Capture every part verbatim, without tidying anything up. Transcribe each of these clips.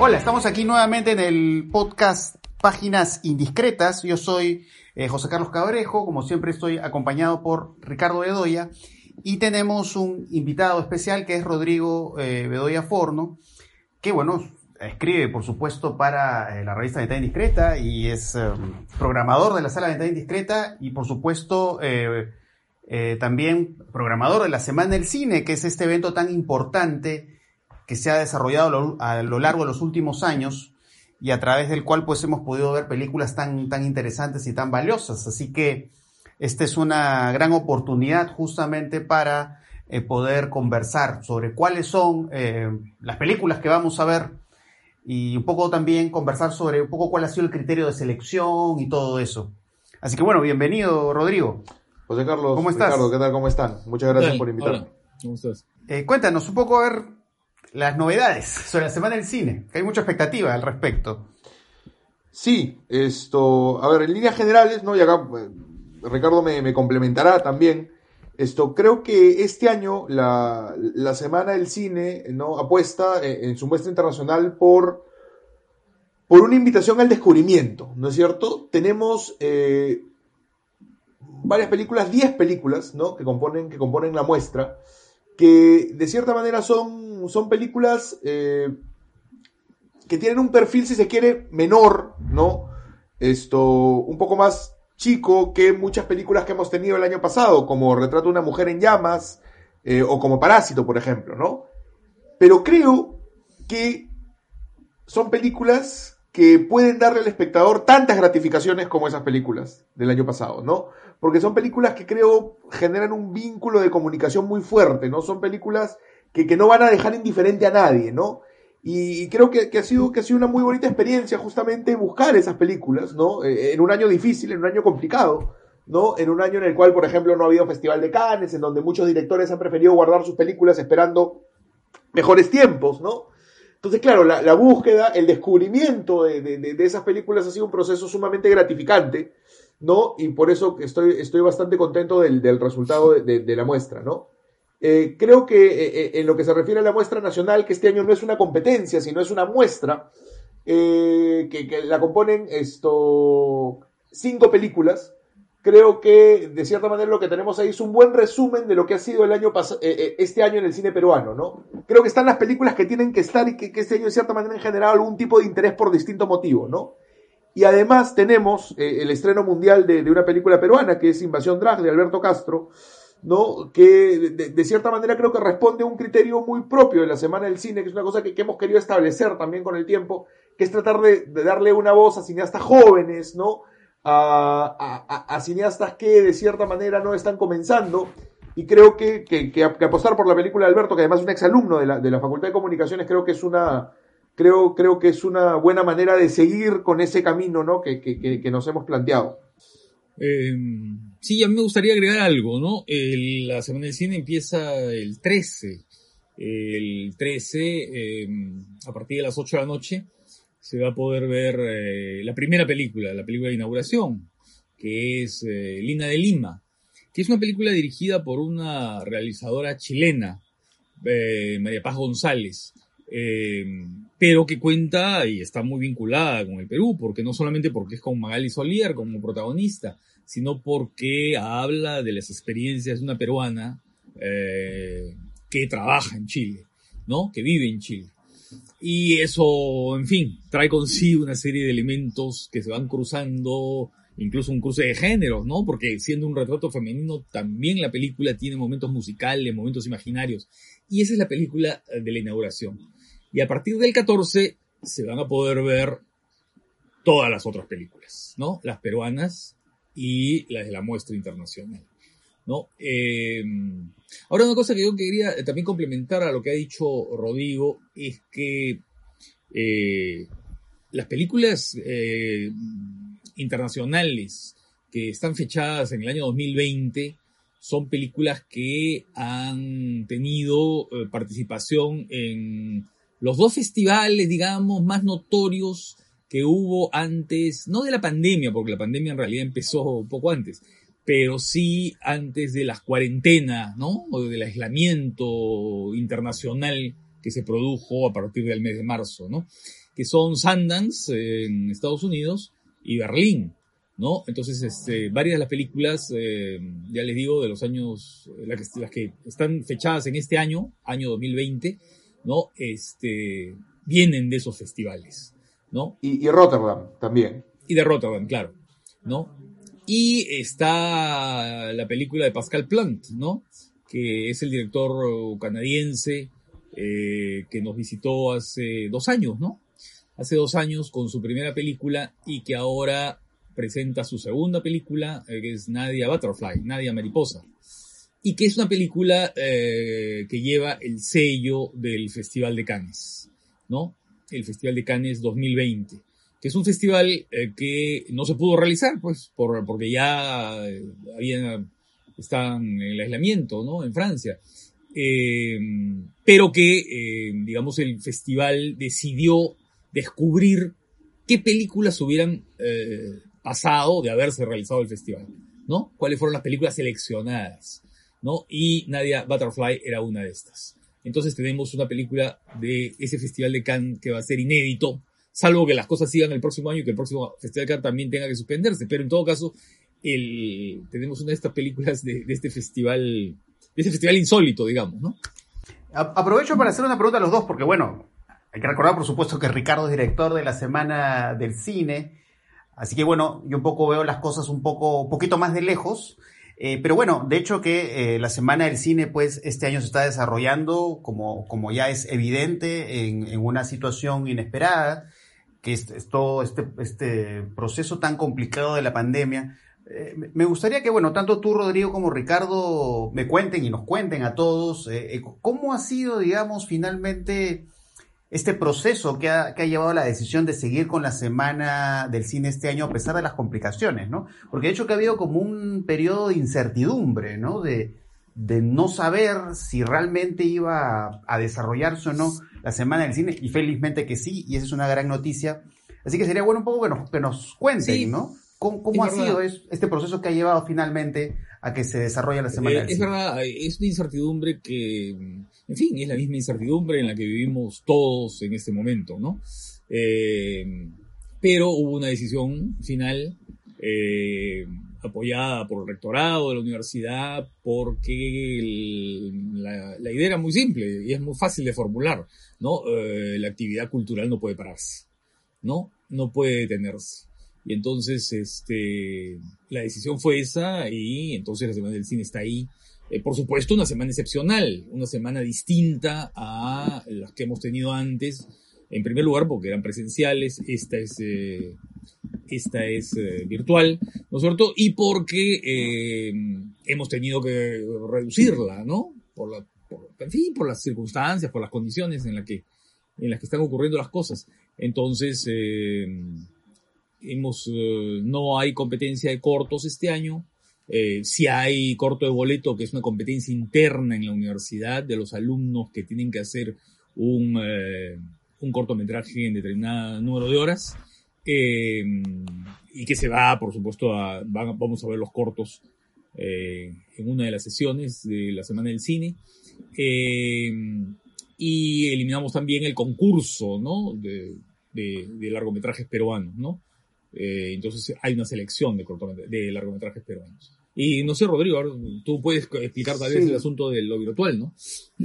Hola, estamos aquí nuevamente en el podcast Páginas Indiscretas. Yo soy eh, José Carlos Cabrejo, como siempre estoy acompañado por Ricardo Bedoya y tenemos un invitado especial que es Rodrigo eh, Bedoya Forno, que bueno, escribe por supuesto para eh, la revista Ventana Indiscreta y es eh, programador de la sala Ventana Indiscreta y por supuesto eh, eh, también programador de la Semana del Cine, que es este evento tan importante que se ha desarrollado a lo, a lo largo de los últimos años y a través del cual pues hemos podido ver películas tan, tan interesantes y tan valiosas. Así que esta es una gran oportunidad justamente para eh, poder conversar sobre cuáles son eh, las películas que vamos a ver y un poco también conversar sobre un poco cuál ha sido el criterio de selección y todo eso. Así que bueno, bienvenido, Rodrigo. José Carlos, ¿Cómo estás? Ricardo, ¿qué tal? ¿Cómo están? Muchas gracias Hola, por invitarme. hola. ¿Cómo estás? Eh, cuéntanos un poco a ver las novedades sobre la Semana del Cine, que hay mucha expectativa al respecto. Sí, esto, a ver, en líneas generales, ¿no? Y acá eh, Ricardo me, me complementará también. Esto, creo que este año la, la Semana del Cine, ¿no? Apuesta en, en su muestra internacional por, por una invitación al descubrimiento, ¿no es cierto? Tenemos eh, varias películas, diez películas, ¿no? Que componen, que componen la muestra, que de cierta manera son, son películas eh, que tienen un perfil, si se quiere, menor, ¿no? Esto, un poco más chico que muchas películas que hemos tenido el año pasado, como Retrato de una mujer en llamas, eh, o como Parásito, por ejemplo, ¿no? Pero creo que son películas que pueden darle al espectador tantas gratificaciones como esas películas del año pasado, ¿no? Porque son películas que creo generan un vínculo de comunicación muy fuerte, ¿no? Son películas que, que no van a dejar indiferente a nadie, ¿no? Y, y creo que, que, ha sido, que ha sido una muy bonita experiencia justamente buscar esas películas, ¿no? Eh, en un año difícil, en un año complicado, ¿no? En un año en el cual, por ejemplo, no ha habido Festival de Cannes, en donde muchos directores han preferido guardar sus películas esperando mejores tiempos, ¿no? Entonces, claro, la, la búsqueda, el descubrimiento de, de, de esas películas ha sido un proceso sumamente gratificante, ¿no? Y por eso estoy, estoy bastante contento del, del resultado de, de, de la muestra, ¿no? Eh, creo que eh, en lo que se refiere a la muestra nacional, que este año no es una competencia, sino es una muestra, eh, que, que la componen esto cinco películas. Creo que de cierta manera lo que tenemos ahí es un buen resumen de lo que ha sido el año pas- eh, este año en el cine peruano, ¿no? Creo que están las películas que tienen que estar y que, que este año de cierta manera han generado algún tipo de interés por distinto motivo, ¿no? Y además tenemos eh, el estreno mundial de, de una película peruana que es Invasión Drag de Alberto Castro, ¿no? Que de, de cierta manera creo que responde a un criterio muy propio de la Semana del Cine, que es una cosa que, que hemos querido establecer también con el tiempo, que es tratar de, de darle una voz a cineastas jóvenes, ¿no? A, a, a cineastas que de cierta manera no están comenzando, y creo que, que, que, que apostar por la película de Alberto, que además es un exalumno de la, de la Facultad de Comunicaciones, creo que es una creo, creo que es una buena manera de seguir con ese camino, ¿no? que, que, que, que nos hemos planteado. Eh, sí, a mí me gustaría agregar algo, ¿no? El, la Semana del Cine empieza el trece. El trece, eh, a partir de las ocho de la noche, se va a poder ver eh, la primera película, la película de inauguración, que es eh, Lina de Lima, que es una película dirigida por una realizadora chilena, eh, María Paz González, eh, pero que cuenta y está muy vinculada con el Perú, porque no solamente porque es con Magali Solier como protagonista, sino porque habla de las experiencias de una peruana eh, que trabaja en Chile, ¿no? Que vive en Chile. Y eso, en fin, trae consigo una serie de elementos que se van cruzando, incluso un cruce de géneros, ¿no? Porque siendo un retrato femenino, también la película tiene momentos musicales, momentos imaginarios. Y esa es la película de la inauguración. Y a partir del catorce se van a poder ver todas las otras películas, ¿no? Las peruanas y las de la muestra internacional, ¿no? Eh, ahora, una cosa que yo quería también complementar a lo que ha dicho Rodrigo es que eh, las películas eh, internacionales que están fechadas en el año dos mil veinte son películas que han tenido eh, participación en los dos festivales, digamos, más notorios que hubo antes, no de la pandemia, porque la pandemia en realidad empezó un poco antes, pero sí antes de las cuarentenas, ¿no? O del aislamiento internacional que se produjo a partir del mes de marzo, ¿no? que son Sundance eh, en Estados Unidos y Berlín, ¿no? Entonces, este, varias de las películas, eh, ya les digo, de los años, las que, las que están fechadas en este año, año dos mil veinte, ¿no? Este, vienen de esos festivales, ¿no? Y, y Rotterdam también. Y de Rotterdam, claro, ¿no? Y está la película de Pascal Plante, ¿no? Que es el director canadiense eh, que nos visitó hace dos años, ¿no? Hace dos años con su primera película y que ahora presenta su segunda película, eh, que es Nadia Butterfly, Nadia Mariposa. Y que es una película eh, que lleva el sello del Festival de Cannes, ¿no? El Festival de Cannes dos mil veinte, que es un festival eh, que no se pudo realizar, pues, por, porque ya eh, había, están en el aislamiento, ¿no? En Francia. Eh, pero que, eh, digamos, el festival decidió descubrir qué películas hubieran eh, pasado de haberse realizado el festival, ¿no? Cuáles fueron las películas seleccionadas, ¿no? Y Nadia Butterfly era una de estas. Entonces tenemos una película de ese Festival de Cannes que va a ser inédito, salvo que las cosas sigan el próximo año y que el próximo Festival de Cannes también tenga que suspenderse. Pero en todo caso, el, tenemos una de estas películas de, de este festival, de este festival insólito, digamos, ¿no? Aprovecho para hacer una pregunta a los dos, porque bueno, hay que recordar, por supuesto, que Ricardo es director de la Semana del Cine, así que bueno, yo un poco veo las cosas un poco, un poquito más de lejos, eh, pero bueno, de hecho que eh, la Semana del Cine, pues, este año se está desarrollando, como, como ya es evidente, en, en una situación inesperada, que es, es todo este, este proceso tan complicado de la pandemia. Eh, me gustaría que, bueno, tanto tú, Rodrigo, como Ricardo me cuenten y nos cuenten a todos eh, cómo ha sido, digamos, finalmente este proceso que ha, que ha llevado a la decisión de seguir con la Semana del Cine este año a pesar de las complicaciones, ¿no? Porque de hecho que ha habido como un periodo de incertidumbre, ¿no? De, de no saber si realmente iba a, a desarrollarse o no la Semana del Cine, y felizmente que sí, y esa es una gran noticia. Así que sería bueno un poco que nos, que nos cuenten, sí, ¿no? ¿Cómo, cómo ha verdad. sido es, este proceso que ha llevado finalmente a que se desarrolle la Semana eh, del es Cine? Es verdad, es una incertidumbre que, en fin, es la misma incertidumbre en la que vivimos todos en este momento, ¿no? Eh, pero hubo una decisión final eh, apoyada por el rectorado de la universidad, porque el, la, la idea era muy simple y es muy fácil de formular, ¿no? Eh, la actividad cultural no puede pararse, ¿no? No puede detenerse. Y entonces, este, la decisión fue esa, y entonces la Semana del Cine está ahí. Eh, por supuesto, una semana excepcional, una semana distinta a las que hemos tenido antes. En primer lugar, porque eran presenciales, esta es, eh, esta es eh, virtual, ¿no es cierto? Y porque eh, hemos tenido que reducirla, ¿no? Por la, por, en fin, por las circunstancias, por las condiciones en las que, en las que están ocurriendo las cosas. Entonces, eh, Hemos, eh, no hay competencia de cortos este año. Eh, sí hay corto de boleto, que es una competencia interna en la universidad de los alumnos que tienen que hacer un, eh, un cortometraje en determinado número de horas. Eh, y que se va, por supuesto, a, van, vamos a ver los cortos eh, en una de las sesiones de la Semana del Cine. Eh, y eliminamos también el concurso, ¿no? de, de, de largometrajes peruanos, ¿no? Eh, entonces hay una selección de, de largometrajes peruanos. Y no sé, Rodrigo, tú puedes explicar tal vez sí. el asunto de lo virtual, ¿no?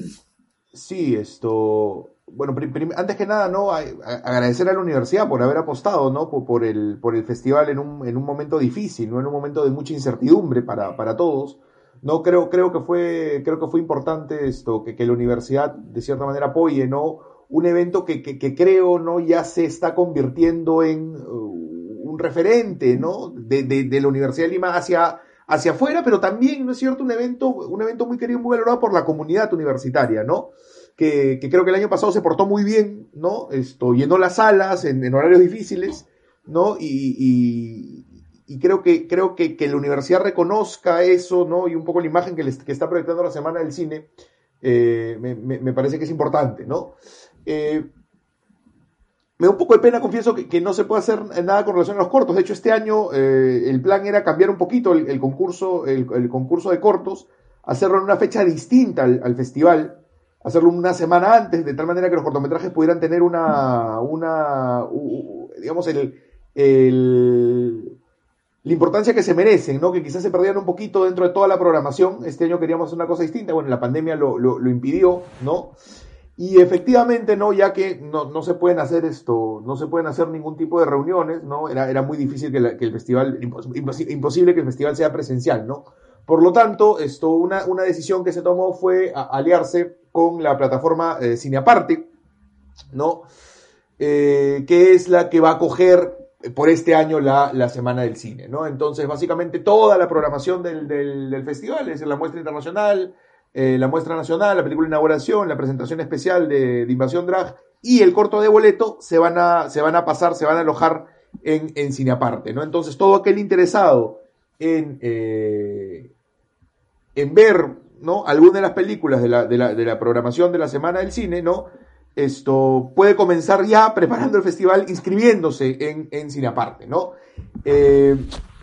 Sí, esto... Bueno, prim, prim, antes que nada, ¿no? A, a, agradecer a la universidad por haber apostado, ¿no? Por, por, el, por el festival en un, en un momento difícil, ¿no? En un momento de mucha incertidumbre para, para todos. No, creo, creo que fue, creo que fue importante esto, que, que la universidad de cierta manera apoye, ¿no? Un evento que, que, que creo, ¿no? Ya se está convirtiendo en... Uh, un referente, ¿no? De, de, de la Universidad de Lima hacia, hacia afuera, pero también, ¿no es cierto? Un evento, un evento muy querido y muy valorado por la comunidad universitaria, ¿no? Que, que creo que el año pasado se portó muy bien, ¿no? Esto, llenó las salas en, en horarios difíciles, ¿no? Y, y, y creo que, creo que, que la universidad reconozca eso, ¿no? Y un poco la imagen que, les, que está proyectando la Semana del Cine, eh, me, me, me parece que es importante, ¿no? Eh, Me da un poco de pena, confieso, que, que no se puede hacer nada con relación a los cortos. De hecho, este año eh, el plan era cambiar un poquito el, el concurso el, el concurso de cortos, hacerlo en una fecha distinta al, al festival, hacerlo una semana antes, de tal manera que los cortometrajes pudieran tener una, una uh, digamos, el, el, la importancia que se merecen, ¿no? Que quizás se perdieran un poquito dentro de toda la programación. Este año queríamos hacer una cosa distinta, bueno, la pandemia lo, lo, lo impidió, ¿no? Y efectivamente, ¿no? Ya que no, no se pueden hacer esto, no se pueden hacer ningún tipo de reuniones, ¿no? Era, era muy difícil que, la, que el festival, impos, imposible que el festival sea presencial, ¿no? Por lo tanto, esto, una, una decisión que se tomó fue a, aliarse con la plataforma eh, Cineaparte, ¿no? Eh, que es la que va a acoger por este año la, la Semana del Cine, ¿no? Entonces, básicamente toda la programación del, del, del festival, es decir, la muestra internacional, Eh, la muestra nacional, la película de inauguración, la presentación especial de, de Invasión Drag y el corto de boleto se van a, se van a pasar, se van a alojar en, en Cineaparte, ¿no? Entonces todo aquel interesado en, eh, en ver, ¿no? alguna de las películas de la, de, la, de la programación de la Semana del Cine, ¿no? Esto puede comenzar ya preparando el festival inscribiéndose en, en Cineaparte, ¿no? Eh,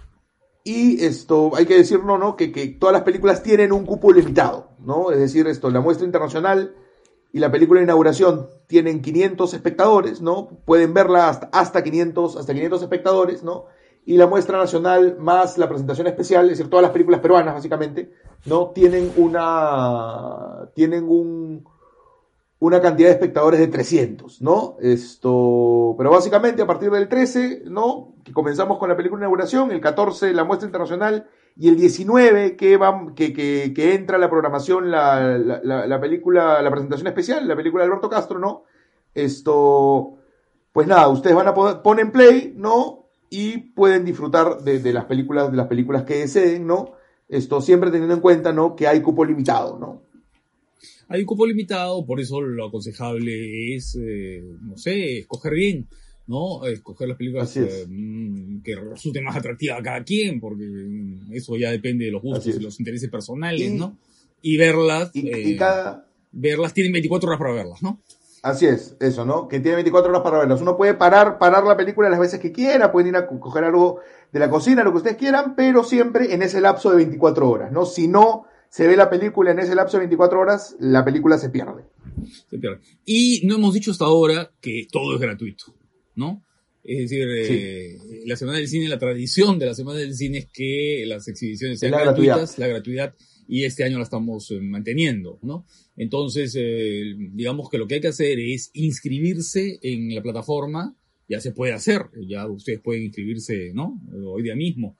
Y esto, hay que decirlo, ¿no? Que, que todas las películas tienen un cupo limitado, ¿no? Es decir, esto, la muestra internacional y la película de inauguración tienen quinientos espectadores, ¿no? Pueden verla hasta, hasta quinientos, hasta quinientos espectadores, ¿no? Y la muestra nacional más la presentación especial, es decir, todas las películas peruanas, básicamente, ¿no? Tienen una, tienen un, una cantidad de espectadores de trescientos, ¿no? Esto, pero básicamente a partir del trece, ¿no? Que comenzamos con la película de inauguración, el catorce la muestra internacional y el diecinueve que va, que, que, que entra la programación, la, la, la, la película, la presentación especial, la película de Alberto Castro, ¿no? Esto, pues nada, ustedes van a poder, ponen play, ¿no? Y pueden disfrutar de, de las películas, de las películas que deseen, ¿no? Esto siempre teniendo en cuenta, ¿no? Que hay cupo limitado, ¿no? Hay un cupo limitado, por eso lo aconsejable es, eh, no sé, escoger bien, ¿no? Escoger las películas eh, que resulten más atractivas a cada quien, porque eso ya depende de los gustos y los intereses personales, y, ¿no? Y verlas, y, eh, y cada... verlas, tienen veinticuatro horas para verlas, ¿no? Así es, eso, ¿no? Que tiene veinticuatro horas para verlas. Uno puede parar, parar la película las veces que quiera, pueden ir a coger algo de la cocina, lo que ustedes quieran, pero siempre en ese lapso de veinticuatro horas, ¿no? Si no se ve la película en ese lapso de veinticuatro horas, la película se pierde. Se pierde. Y no hemos dicho hasta ahora que todo es gratuito, ¿no? Es decir, sí. eh, la Semana del Cine, la tradición de la Semana del Cine es que las exhibiciones sean la gratuitas, gratuidad. la gratuidad, y este año la estamos eh, manteniendo, ¿no? Entonces, eh, digamos que lo que hay que hacer es inscribirse en la plataforma, ya se puede hacer, ya ustedes pueden inscribirse, ¿no? Hoy día mismo.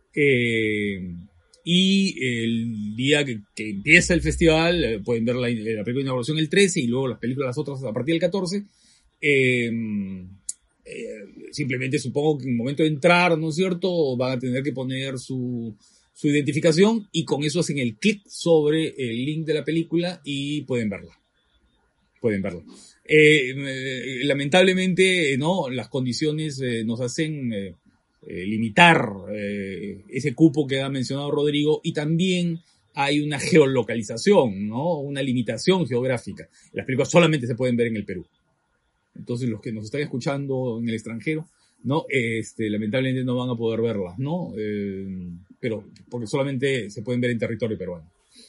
Eh, Y el día que, que empieza el festival, eh, pueden ver la, la película de inauguración el trece y luego las películas las otras a partir del catorce. Eh, eh, simplemente supongo que en el momento de entrar, ¿no es cierto?, van a tener que poner su, su identificación y con eso hacen el clic sobre el link de la película y pueden verla. Pueden verla. Eh, eh, lamentablemente, ¿no?, las condiciones eh, nos hacen... Eh, Eh, limitar eh, ese cupo que ha mencionado Rodrigo, y también hay una geolocalización, ¿no? Una limitación geográfica. Las películas solamente se pueden ver en el Perú. Entonces los que nos están escuchando en el extranjero, ¿no? Este, lamentablemente no van a poder verlas, ¿no? Eh, pero porque solamente se pueden ver en territorio peruano.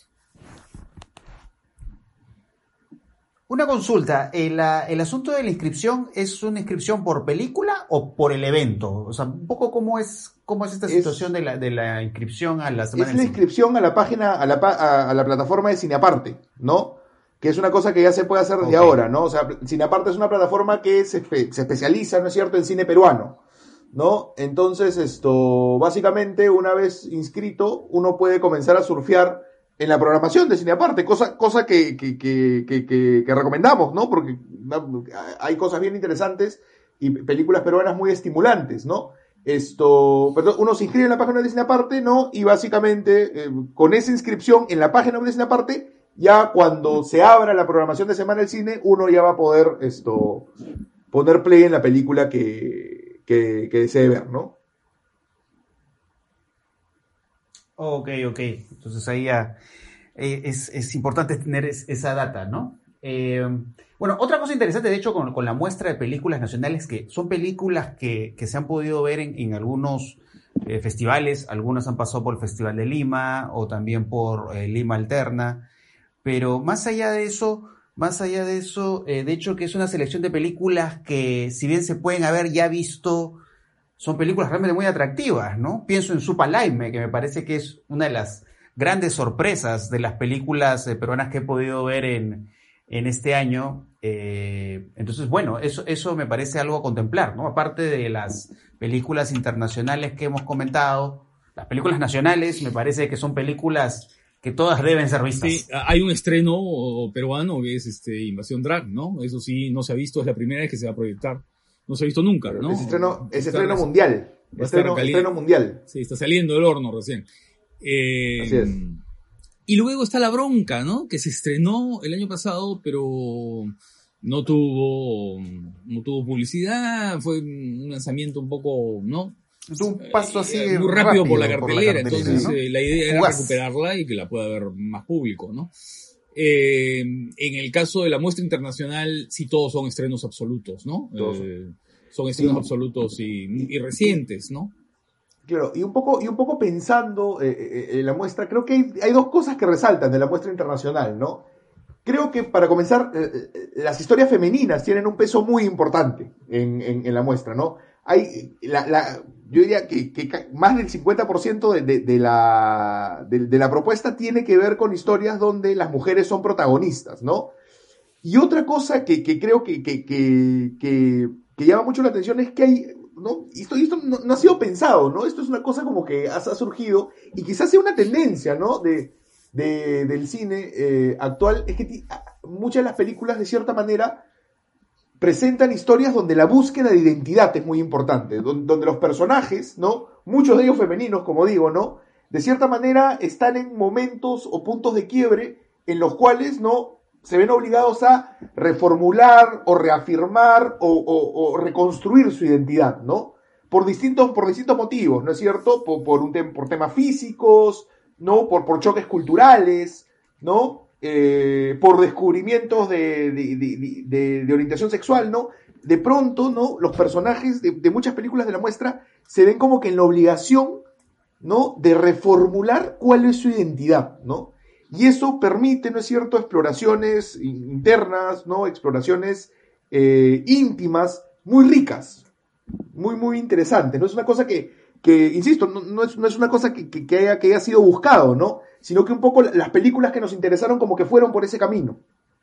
Una consulta, ¿el, el asunto de la inscripción es una inscripción por película o por el evento? O sea, un poco cómo es, cómo es esta situación es, de, la, de la inscripción a la semana. Es la inscripción a la página, a la, a, a la plataforma de Cineaparte, ¿no? Que es una cosa que ya se puede hacer desde okay. ahora, ¿no? O sea, Cineaparte es una plataforma que se, se especializa, ¿no es cierto?, en cine peruano, ¿no? Entonces, esto, básicamente, una vez inscrito, uno puede comenzar a surfear en la programación de Cineaparte, cosa, cosa que, que, que, que, que, que recomendamos, ¿no? Porque hay cosas bien interesantes y películas peruanas muy estimulantes, ¿no? Esto, perdón, uno se inscribe en la página de Cineaparte, ¿no? Y básicamente, eh, con esa inscripción en la página de Cineaparte, ya cuando se abra la programación de Semana del Cine, uno ya va a poder, esto, poner play en la película que, que, que desee ver, ¿no? Ok, ok. Entonces ahí ya eh, es, es importante tener es, esa data, ¿no? Eh, bueno, otra cosa interesante, de hecho, con, con la muestra de películas nacionales, que son películas que, que se han podido ver en, en algunos eh, festivales. Algunas han pasado por el Festival de Lima o también por eh, Lima Alterna. Pero más allá de eso, más allá de eso, eh, de hecho que es una selección de películas que, si bien se pueden haber ya visto, son películas realmente muy atractivas, ¿no? Pienso en Supalaime, que me parece que es una de las grandes sorpresas de las películas eh, peruanas que he podido ver en, en este año. Eh, entonces, bueno, eso, eso me parece algo a contemplar, ¿no? Aparte de las películas internacionales que hemos comentado, las películas nacionales me parece que son películas que todas deben ser vistas. Sí, hay un estreno peruano que es este Invasión Drag, ¿no? Eso sí, no se ha visto, es la primera vez que se va a proyectar. No se ha visto nunca, ¿no? Es estreno, es estreno mundial. Estreno, estreno mundial. Sí, está saliendo del horno recién. Eh, Así es. Y luego está La Bronca, ¿no? Que se estrenó el año pasado, pero no tuvo, no tuvo publicidad, fue un lanzamiento un poco, ¿no? Es un paso así eh, muy rápido, rápido por la cartelera, por la cartelera, entonces ¿no? eh, la idea era Fugaz. recuperarla y que la pueda ver más público, ¿no? Eh, en el caso de la muestra internacional, sí todos son estrenos absolutos, ¿no? Eh, son estrenos sí. absolutos y, y recientes, ¿no? Claro, y un poco, y un poco pensando eh, eh, en la muestra, creo que hay, hay dos cosas que resaltan de la muestra internacional, ¿no? Creo que, para comenzar, eh, las historias femeninas tienen un peso muy importante en, en, en la muestra, ¿no? Hay, la, la, yo diría que, que más del cincuenta por ciento de, de, de, la, de, de la propuesta tiene que ver con historias donde las mujeres son protagonistas, ¿no? Y otra cosa que, que creo que, que, que, que, que llama mucho la atención es que hay, ¿no? Y esto, esto no, no ha sido pensado, ¿no? Esto es una cosa como que ha, ha surgido y quizás sea una tendencia, ¿no? De, de, del cine eh, actual, es que t- muchas de las películas, de cierta manera, presentan historias donde la búsqueda de identidad es muy importante, donde, donde los personajes, ¿no? Muchos de ellos femeninos, como digo, ¿no? De cierta manera están en momentos o puntos de quiebre en los cuales, ¿no? Se ven obligados a reformular o reafirmar o, o, o reconstruir su identidad, ¿no? Por distintos, por distintos motivos, ¿no es cierto? Por, por, un tem- por temas físicos, ¿no? Por, por choques culturales, ¿no? Eh, por descubrimientos de, de, de, de, de orientación sexual, ¿no? De pronto, ¿no? Los personajes de, de muchas películas de la muestra se ven como que en la obligación, ¿no? De reformular cuál es su identidad, ¿no? Y eso permite, ¿no es cierto?, exploraciones internas, ¿no? Exploraciones eh, íntimas muy ricas, muy, muy interesantes, ¿no? Es una cosa que, que insisto, no, no, es, no es una cosa que, que, que, haya, que haya sido buscado, ¿no? Sino que un poco las películas que nos interesaron como que fueron por ese camino.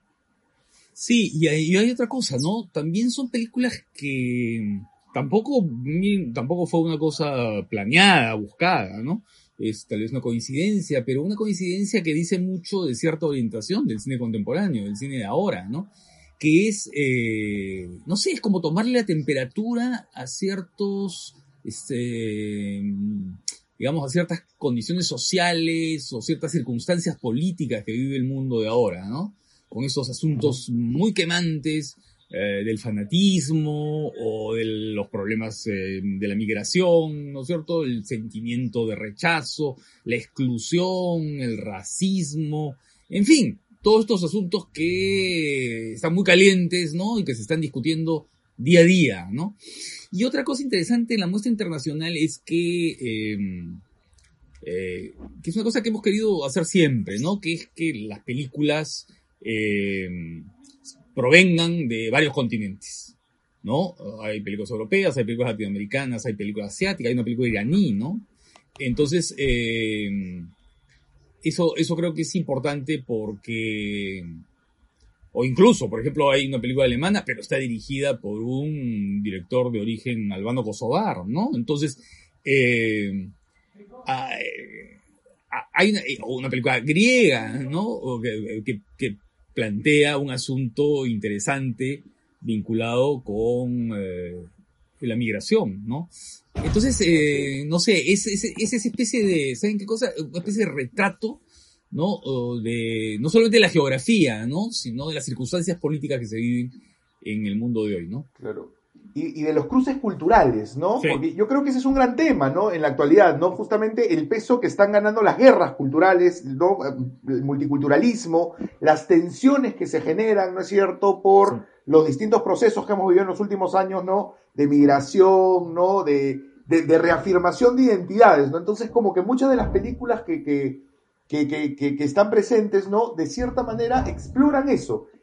Sí, y hay, y hay otra cosa, ¿no? También son películas que tampoco, tampoco fue una cosa planeada, buscada, ¿no? Es tal vez una coincidencia, pero una coincidencia que dice mucho de cierta orientación del cine contemporáneo, del cine de ahora, ¿no? Que es, eh, no sé, es como tomarle la temperatura a ciertos, este, digamos, a ciertas condiciones sociales o ciertas circunstancias políticas que vive el mundo de ahora, ¿no? Con esos asuntos muy quemantes eh, del fanatismo o de los problemas eh, de la migración, ¿no es cierto? El sentimiento de rechazo, la exclusión, el racismo, en fin, todos estos asuntos que están muy calientes, ¿no? Y que se están discutiendo día a día, ¿no? Y otra cosa interesante en la muestra internacional es que, eh, eh, que es una cosa que hemos querido hacer siempre, ¿no? Que es que las películas eh, provengan de varios continentes, ¿no? Hay películas europeas, hay películas latinoamericanas, hay películas asiáticas, hay una película iraní, ¿no? Entonces, eh, eso, eso creo que es importante porque... O incluso, por ejemplo, hay una película alemana, pero está dirigida por un director de origen albano-kosovar, ¿no? Entonces, eh, hay una, una película griega, ¿no? Que, que, que plantea un asunto interesante vinculado con eh, la migración, ¿no? Entonces, eh, no sé, es, es, es esa especie de, ¿saben qué cosa? Una especie de retrato, ¿no? De, no solamente de la geografía, ¿no? Sino de las circunstancias políticas que se viven en el mundo de hoy, ¿no? Claro. Y, y de los cruces culturales, ¿no? Sí. Porque yo creo que ese es un gran tema, ¿no? En la actualidad, ¿no? Justamente el peso que están ganando las guerras culturales, ¿no? El multiculturalismo, las tensiones que se generan, ¿no es cierto? Por sí. los distintos procesos que hemos vivido en los últimos años, ¿no? De migración, ¿no? De, de, de reafirmación de identidades, ¿no? Entonces, como que muchas de las películas que, que, que, que, que, que están presentes, ¿no? De cierta manera exploran eso.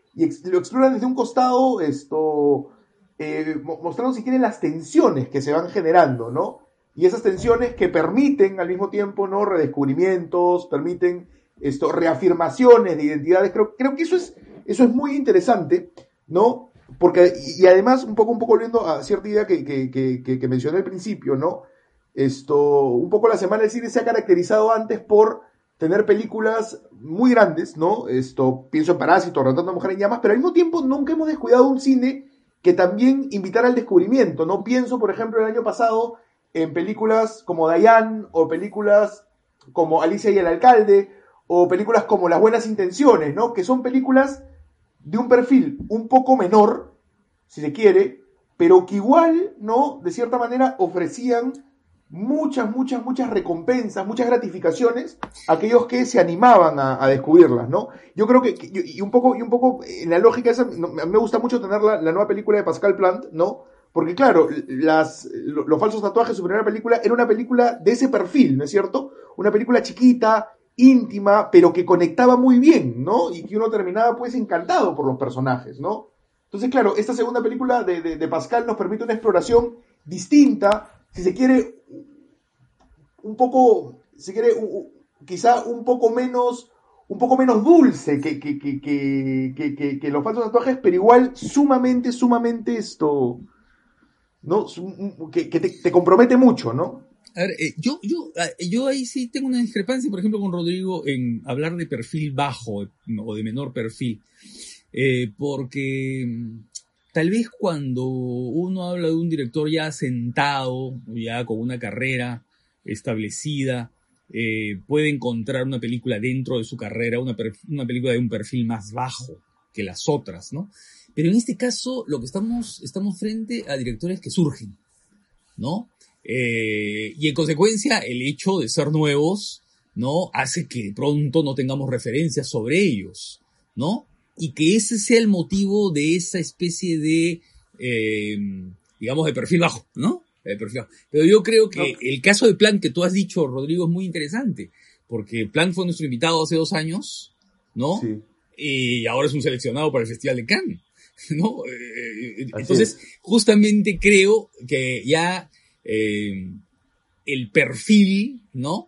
y ex- lo exploran desde un costado, esto, eh, mo- mostrando si quieren las tensiones que se van generando, ¿no? Y esas tensiones que permiten al mismo tiempo, ¿no? Redescubrimientos, permiten esto, reafirmaciones de identidades. Creo, creo que eso es, eso es muy interesante, ¿no? Porque, y, y además, un poco, un poco volviendo a cierta idea que, que, que, que, que mencioné al principio, ¿no? Esto, un poco la Semana del Cine se ha caracterizado antes por tener películas muy grandes, ¿no? Esto, pienso en Parásito, Retratando a Mujer en Llamas, pero al mismo tiempo nunca hemos descuidado un cine que también invitara al descubrimiento, ¿no? Pienso, por ejemplo, el año pasado en películas como Diane, o películas como Alicia y el Alcalde, o películas como Las Buenas Intenciones, ¿no? Que son películas de un perfil un poco menor, si se quiere, pero que igual, ¿no? De cierta manera ofrecían muchas, muchas, muchas recompensas, muchas gratificaciones a aquellos que se animaban a, a descubrirlas, ¿no? Yo creo que, que- y un poco, y un poco en la lógica esa, no, a mí me gusta mucho tener la, la nueva película de Pascal Plant, ¿no? Porque claro, las, lo- los falsos tatuajes, su primera película, era una película de ese perfil, ¿no es cierto? Una película chiquita, íntima, pero que conectaba muy bien, ¿no? Y que uno terminaba pues encantado por los personajes, ¿no? Entonces, claro, esta segunda película de, de, de Pascal nos permite una exploración distinta, si se quiere, un poco, si quiere, u- u- quizá un poco menos, un poco menos dulce que, que, que, que, que, que- que los falsos tatuajes, pero igual sumamente, sumamente esto, ¿no? Sum- Que, que te, te compromete mucho, ¿no? A ver, eh, yo, yo, ah, yo ahí sí tengo una discrepancia, por ejemplo, con Rodrigo en hablar de perfil bajo o de menor perfil. Eh, porque mm, tal vez cuando uno habla de un director ya sentado, ya con una carrera establecida, eh, puede encontrar una película dentro de su carrera, una, per- una película de un perfil más bajo que las otras, ¿no? Pero en este caso, lo que estamos, estamos frente a directores que surgen, ¿no? Eh, y en consecuencia, el hecho de ser nuevos, ¿no? Hace que de pronto no tengamos referencias sobre ellos, ¿no? Y que ese sea el motivo de esa especie de, eh, digamos, de perfil bajo, ¿no? De perfil bajo. Pero yo creo que No, el caso de Planck que tú has dicho, Rodrigo, es muy interesante, porque Planck fue nuestro invitado hace dos años, ¿no? sí, Y ahora es un seleccionado para el Festival de Cannes, ¿no? Eh, así Entonces, es. justamente creo que ya eh, el perfil, ¿no?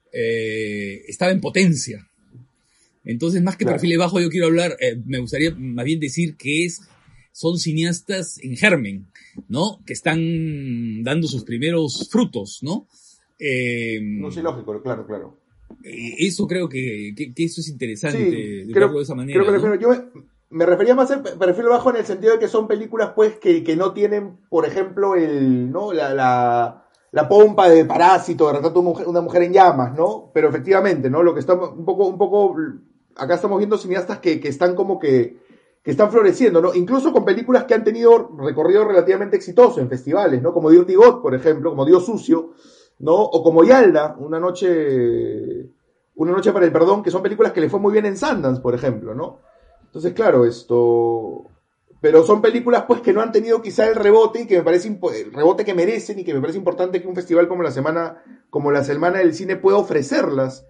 Eh, estaba en potencia. Entonces, más que Claro. perfil bajo, yo quiero hablar, eh, me gustaría más bien decir que es, son cineastas en germen, ¿no? Que están dando sus primeros frutos, ¿no? Eh, No, sí, lógico, claro, claro. eh, eso creo que, que, que eso es interesante Sí, de verlo de creo, esa creo manera, que ¿no? refiero, yo me, me refería más al perfil bajo en el sentido de que son películas pues que, que no tienen, por ejemplo, el, ¿no? la, la, la pompa de Parásito, de Retrato de una mujer, una mujer en llamas, ¿no? Pero efectivamente, ¿no? Lo que estamos, un poco, un poco, acá estamos viendo cineastas que, que están como que, que están floreciendo, ¿no? Incluso con películas que han tenido recorrido relativamente exitoso en festivales, ¿no? Como Dirty God, por ejemplo, como Dios Sucio, ¿no? O como Yalda, Una noche, Una noche para el perdón, que son películas que le fue muy bien en Sundance, por ejemplo, ¿no? Entonces, claro, esto... Pero son películas pues que no han tenido quizá el rebote y que me parece impo- el rebote que merecen y que me parece importante que un festival como la semana como la Semana del Cine pueda ofrecerlas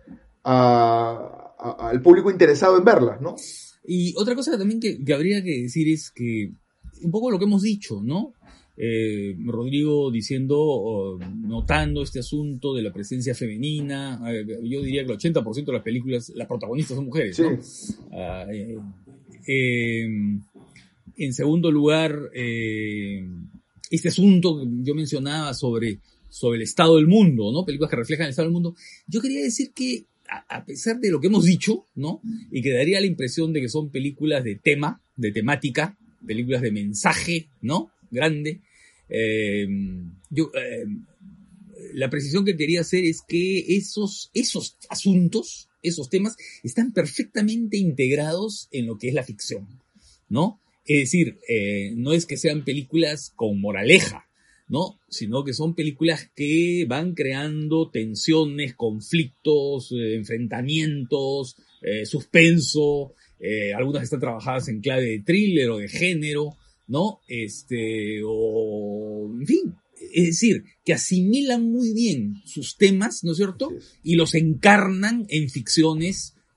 a, a- al público interesado en verlas, ¿no? Y otra cosa también que, que habría que decir es que un poco lo que hemos dicho, ¿no? Eh, Rodrigo diciendo, o notando este asunto de la presencia femenina, eh, yo diría que el ochenta por ciento de las películas, las protagonistas son mujeres, Sí, ¿no? Ah, eh, eh, en segundo lugar, eh, este asunto que yo mencionaba sobre, sobre el estado del mundo, ¿no? Películas que reflejan el estado del mundo. Yo quería decir que, a, a pesar de lo que hemos dicho, ¿no? Y que daría la impresión de que son películas de tema, de temática, películas de mensaje, ¿no? Grande. Eh, yo, eh, la precisión que quería hacer es que esos, esos asuntos, esos temas, están perfectamente integrados en lo que es la ficción, ¿no? Es decir, eh, no es que sean películas con moraleja, ¿no? Sino que son películas que van creando tensiones, conflictos, eh, enfrentamientos, eh, suspenso, eh, algunas están trabajadas en clave de thriller o de género, ¿no? Este, o, en fin, es decir, que asimilan muy bien sus temas, ¿no es así cierto? es. Y los encarnan en ficciones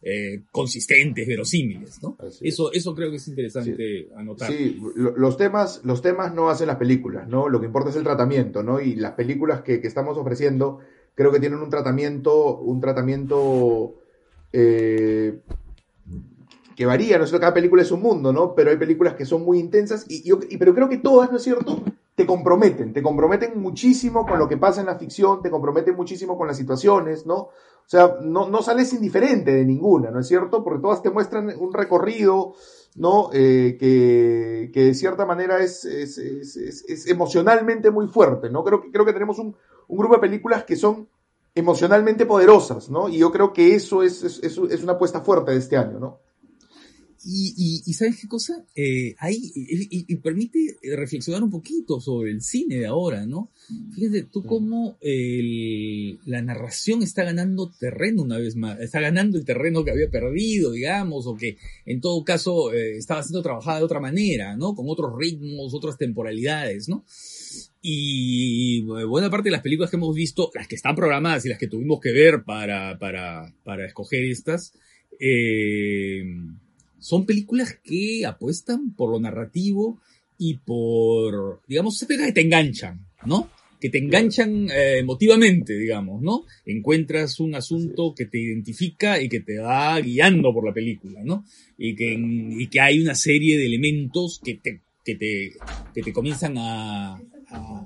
eh, consistentes, verosímiles, ¿no? Eso, eso creo que es interesante sí. anotar. Sí, los temas, los temas no hacen las películas, ¿no? Lo que importa es el tratamiento, ¿no? Y las películas que, que estamos ofreciendo creo que tienen un tratamiento, un tratamiento eh, que varía, ¿no es cierto? Cada película es un mundo, ¿no? Pero hay películas que son muy intensas, y, y, y, pero creo que todas, ¿no es cierto?, te comprometen, te comprometen muchísimo con lo que pasa en la ficción, te comprometen muchísimo con las situaciones, ¿no? O sea, no, no sales indiferente de ninguna, ¿no es cierto? Porque todas te muestran un recorrido, ¿no? Eh, que, que de cierta manera es, es, es, es, es emocionalmente muy fuerte, ¿no? Creo que, creo que tenemos un, un grupo de películas que son emocionalmente poderosas, ¿no? Y yo creo que eso es, es, es, es una apuesta fuerte de este año, ¿no? Y, y, y ¿sabes qué cosa? Eh, ahí, y, y permite reflexionar un poquito sobre el cine de ahora, ¿no? Fíjate tú cómo el, la narración está ganando terreno una vez más, está ganando el terreno que había perdido, digamos, o que en todo caso eh, estaba siendo trabajada de otra manera, ¿no? Con otros ritmos, otras temporalidades, ¿no? Y buena parte de las películas que hemos visto, las que están programadas y las que tuvimos que ver para, para, para escoger estas, eh, son películas que apuestan por lo narrativo y por, digamos, esas películas que te enganchan, ¿no? Que te enganchan eh, emotivamente, digamos, ¿no? Encuentras un asunto que te identifica y que te va guiando por la película, ¿no? Y que, y que hay una serie de elementos que te, que te, que te comienzan a, a,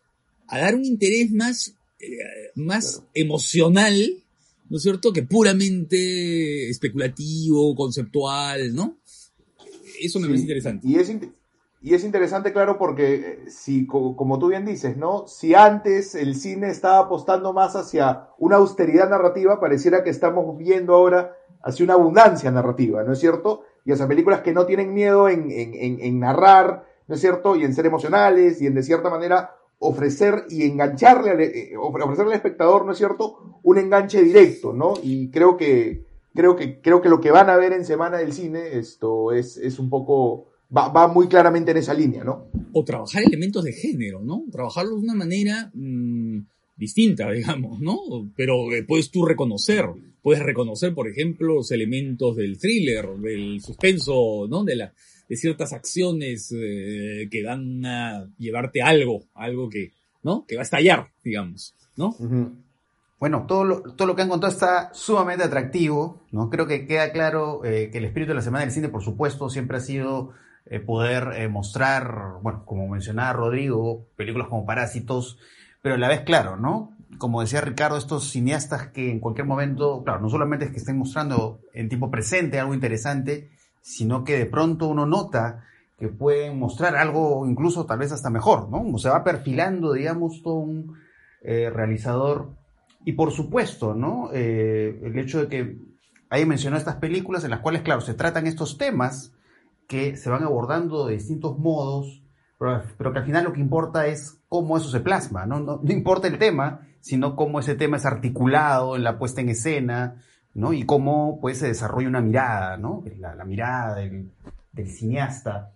a dar un interés más, eh, más emocional, ¿no es cierto?, que puramente especulativo, conceptual, ¿no? Eso me sí, parece interesante. Y es, y es interesante, claro, porque si, como tú bien dices, ¿no? Si antes el cine estaba apostando más hacia una austeridad narrativa, pareciera que estamos viendo ahora hacia una abundancia narrativa, ¿no es cierto? Y hacia películas que no tienen miedo en, en, en, en narrar, ¿no es cierto?, y en ser emocionales, y en de cierta manera ofrecer y engancharle al, eh, ofrecerle al espectador, ¿no es cierto?, un enganche directo, ¿no? Y creo que creo que creo que lo que van a ver en Semana del Cine esto es, es un poco va, va muy claramente en esa línea, ¿no? O trabajar elementos de género, ¿no? Trabajarlos de una manera mmm, distinta, digamos, ¿no? Pero eh, puedes tú reconocer, puedes reconocer, por ejemplo, los elementos del thriller, del suspenso, ¿no? De la de ciertas acciones eh, que van a llevarte a algo, algo que, ¿no? Que va a estallar, digamos, ¿no? Uh-huh. Bueno, todo lo, todo lo que han contado está sumamente atractivo, ¿no? Creo que queda claro eh, que el espíritu de la Semana del Cine, por supuesto, siempre ha sido eh, poder eh, mostrar, bueno, como mencionaba Rodrigo, películas como Parásitos, pero a la vez, claro, ¿no? Como decía Ricardo, estos cineastas que en cualquier momento, claro, no solamente es que estén mostrando en tiempo presente algo interesante, sino que de pronto uno nota que pueden mostrar algo incluso tal vez hasta mejor, ¿no? O se va perfilando, digamos, todo un eh, realizador. Y por supuesto, ¿no? Eh, el hecho de que haya mencionado estas películas en las cuales, claro, se tratan estos temas que se van abordando de distintos modos, pero, pero que al final lo que importa es cómo eso se plasma, ¿no? No, no importa el tema, sino cómo ese tema es articulado en la puesta en escena, ¿no? Y cómo pues se desarrolla una mirada, ¿no? La, la mirada del, del cineasta.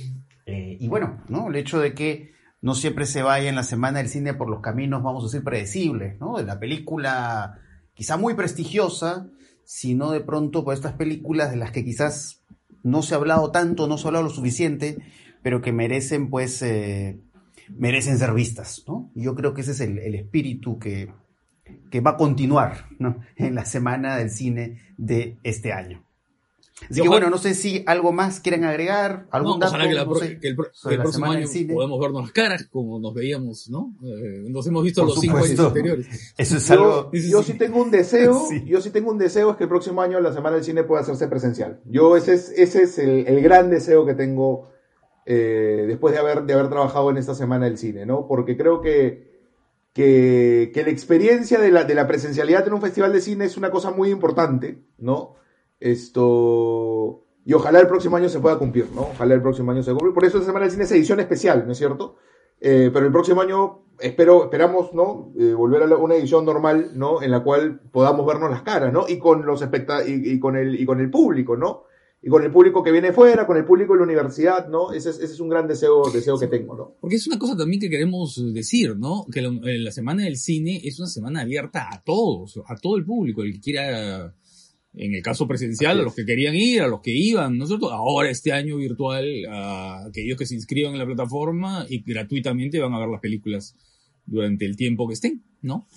Eh, y bueno, ¿no? El hecho de que no siempre se vaya en la Semana del Cine por los caminos, vamos a decir, predecibles, ¿no? De la película quizá muy prestigiosa, sino de pronto por estas películas de las que quizás no se ha hablado tanto, no se ha hablado lo suficiente, pero que merecen, pues, eh, merecen ser vistas, ¿no? Y yo creo que ese es el, el espíritu que que va a continuar, ¿no? En la Semana del Cine de este año. Así que bueno, no sé si algo más quieren agregar, algún no, dato, ojalá que, la, no sé, que el, que el próximo año podamos vernos las caras como nos veíamos, ¿no? Eh, nos hemos visto Por los supuesto. cinco años anteriores. Eso es yo, algo... Yo sí tengo un deseo, sí. yo sí tengo un deseo es que el próximo año la Semana del Cine pueda hacerse presencial. Yo ese es, ese es el, el gran deseo que tengo eh, después de haber, de haber trabajado en esta Semana del Cine, ¿no? Porque creo que Que, que la experiencia de la, de la presencialidad en un festival de cine es una cosa muy importante, ¿no? Esto... Y ojalá el próximo año se pueda cumplir, ¿no? Ojalá el próximo año se cumpla. Por eso esta Semana del Cine es edición especial, ¿no es cierto? Eh, pero el próximo año espero, esperamos, ¿no? Eh, volver a una edición normal, ¿no? En la cual podamos vernos las caras, ¿no? Y con los especta- y, y con el, y con el público, ¿no? Y con el público que viene fuera, con el público de la universidad, ¿no? Ese es, ese es un gran deseo, deseo que tengo, ¿no? Porque es una cosa también que queremos decir, ¿no? Que la, la Semana del Cine es una semana abierta a todos, a todo el público, el que quiera En el caso presencial, a los que querían ir, a los que iban, nosotros, ahora este año virtual, a aquellos que se inscriban en la plataforma y gratuitamente van a ver las películas durante el tiempo que estén, ¿no?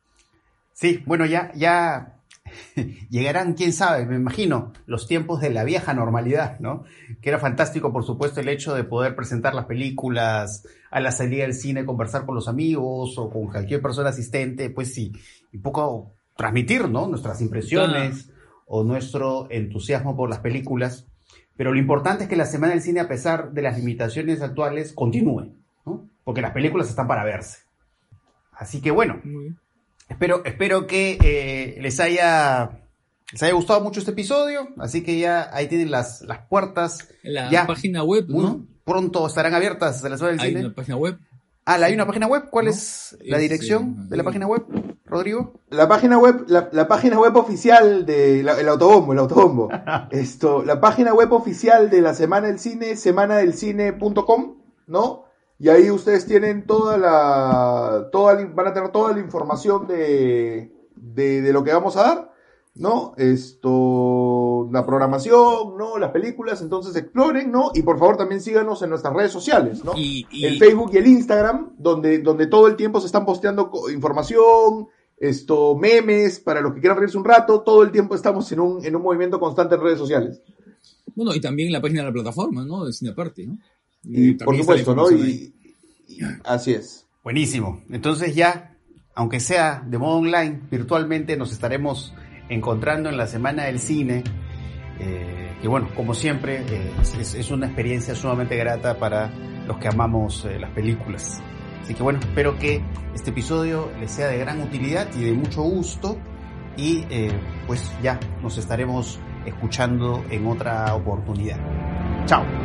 Sí, bueno, ya, ya llegarán, quién sabe, me imagino, los tiempos de la vieja normalidad, ¿no? Que era fantástico, por supuesto, el hecho de poder presentar las películas a la salida del cine, conversar con los amigos o con cualquier persona asistente, pues sí, y un poco transmitir, ¿no? Nuestras impresiones ah. o nuestro entusiasmo por las películas. Pero lo importante es que la Semana del Cine, a pesar de las limitaciones actuales, continúe, ¿no? Porque las películas están para verse. Así que bueno, espero, espero que eh, les haya les haya gustado mucho este episodio. Así que ya ahí tienen las, las puertas. La ya, página web, ¿no? ¿no? Pronto estarán abiertas de la Semana del Hay Cine. Hay una página web. Ah, ¿hay una página web? ¿Cuál ¿No? es la es, dirección eh, de la página web, Rodrigo? La página web, la, la página web oficial de la, el autobombo, el autobombo. Esto, la página web oficial de la Semana del Cine, semana del cine punto com, ¿no? Y ahí ustedes tienen toda la, toda la, van a tener toda la información de, de, de lo que vamos a dar, ¿no? Esto, la programación, ¿no? Las películas, entonces exploren, ¿no? Y por favor también síganos en nuestras redes sociales, ¿no? Y, y... El Facebook y el Instagram, donde, donde todo el tiempo se están posteando información, esto, memes, para los que quieran reírse un rato, todo el tiempo estamos en un, en un movimiento constante en redes sociales. Bueno, y también la página de la plataforma, ¿no? De Cineaparte, ¿no? Y, y por supuesto, ¿no? Y, y así es. Buenísimo. Entonces ya, aunque sea de modo online, virtualmente nos estaremos encontrando en la Semana del Cine, eh, que bueno, como siempre, eh, es, es una experiencia sumamente grata para los que amamos eh, las películas. Así que bueno, espero que este episodio les sea de gran utilidad y de mucho gusto, y eh, pues ya nos estaremos escuchando en otra oportunidad. Chao.